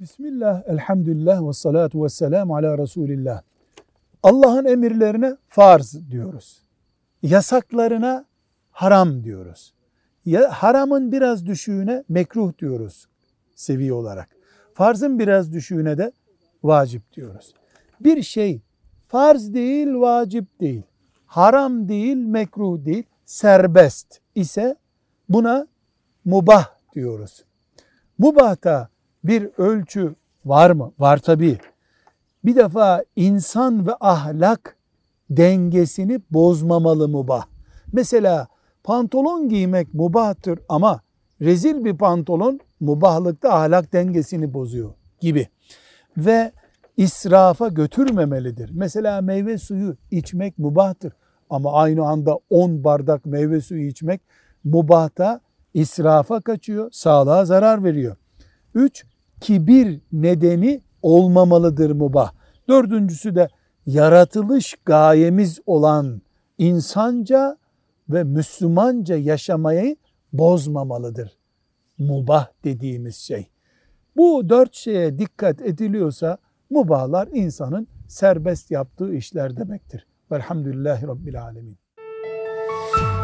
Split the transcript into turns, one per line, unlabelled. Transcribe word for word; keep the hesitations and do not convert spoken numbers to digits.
Bismillah, elhamdülillah ve salatu ve selamu ala Resulillah. Allah'ın emirlerine farz diyoruz. Yasaklarına haram diyoruz. Ya, haramın biraz düşüğüne mekruh diyoruz seviye olarak. Farzın biraz düşüğüne de vacip diyoruz. Bir şey farz değil, vacip değil, haram değil, mekruh değil, serbest ise buna mubah diyoruz. Mubahta bir ölçü var mı? Var tabii. Bir defa insan ve ahlak dengesini bozmamalı mubah. Mesela pantolon giymek mubahtır ama rezil bir pantolon mubahlıkta ahlak dengesini bozuyor gibi. Ve israfa götürmemelidir. Mesela meyve suyu içmek mubahtır ama aynı anda on bardak meyve suyu içmek mubahta israfa kaçıyor, sağlığa zarar veriyor. Üç, kibir nedeni olmamalıdır mubah. Dördüncüsü de yaratılış gayemiz olan insanca ve Müslümanca yaşamayı bozmamalıdır mubah dediğimiz şey. Bu dört şeye dikkat ediliyorsa mubahlar insanın serbest yaptığı işler demektir. Velhamdülillahi Rabbil Alemin.